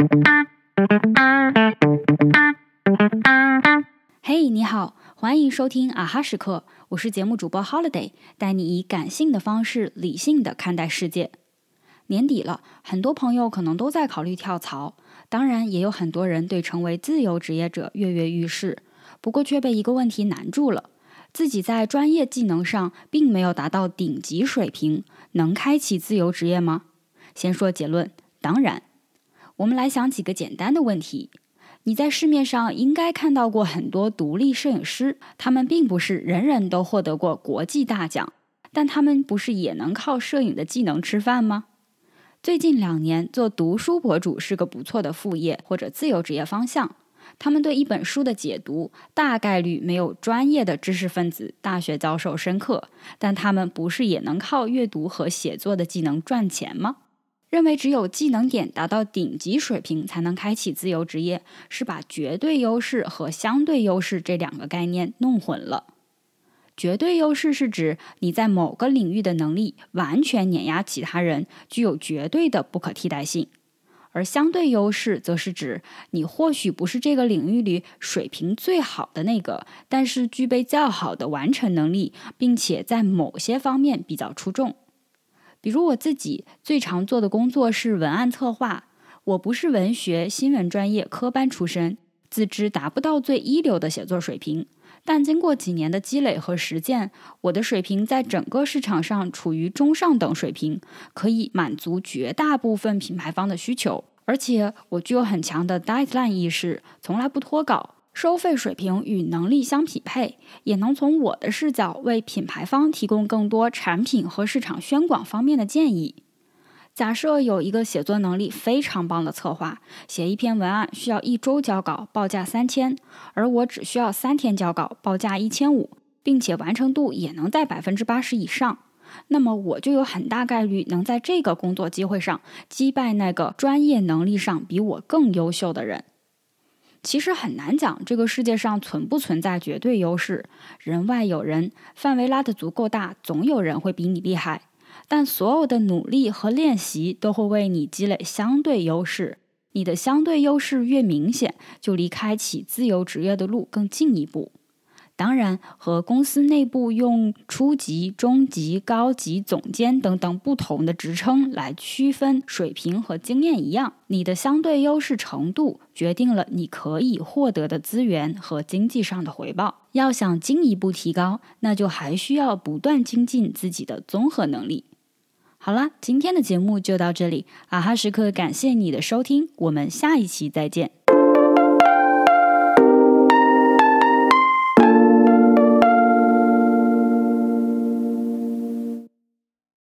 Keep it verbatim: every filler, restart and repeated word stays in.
嘿、hey, 你好，欢迎收听啊哈时刻，我是节目主播 Holiday， 带你以感性的方式理性的看待世界。年底了，很多朋友可能都在考虑跳槽，当然也有很多人对成为自由职业者跃跃欲试，不过却被一个问题难住了，自己在专业技能上并没有达到顶级水平，能开启自由职业吗？先说结论，当然。我们来想几个简单的问题。你在市面上应该看到过很多独立摄影师，他们并不是人人都获得过国际大奖，但他们不是也能靠摄影的技能吃饭吗？最近两年，做读书博主是个不错的副业或者自由职业方向。他们对一本书的解读大概率没有专业的知识分子大学教授深刻，但他们不是也能靠阅读和写作的技能赚钱吗？认为只有技能点达到顶级水平才能开启自由职业，是把绝对优势和相对优势这两个概念弄混了。绝对优势是指你在某个领域的能力完全碾压其他人，具有绝对的不可替代性。而相对优势则是指你或许不是这个领域里水平最好的那个，但是具备较好的完成能力，并且在某些方面比较出众。比如我自己最常做的工作是文案策划，我不是文学新闻专业科班出身，自知达不到最一流的写作水平，但经过几年的积累和实践，我的水平在整个市场上处于中上等水平，可以满足绝大部分品牌方的需求，而且我具有很强的 deadline 意识，从来不脱稿，收费水平与能力相匹配，也能从我的视角为品牌方提供更多产品和市场宣广方面的建议。假设有一个写作能力非常棒的策划，写一篇文案需要一周交稿，报价三千，而我只需要三天交稿，报价一千五，并且完成度也能在百分之八十以上，那么我就有很大概率能在这个工作机会上击败那个专业能力上比我更优秀的人。其实很难讲这个世界上存不存在绝对优势，人外有人，范围拉得足够大，总有人会比你厉害。但所有的努力和练习都会为你积累相对优势，你的相对优势越明显，就离开启自由职业的路更近一步。当然，和公司内部用初级、中级、高级、总监等等不同的职称来区分水平和经验一样，你的相对优势程度决定了你可以获得的资源和经济上的回报。要想进一步提高，那就还需要不断精进自己的综合能力。好了，今天的节目就到这里，啊哈时刻感谢你的收听，我们下一期再见。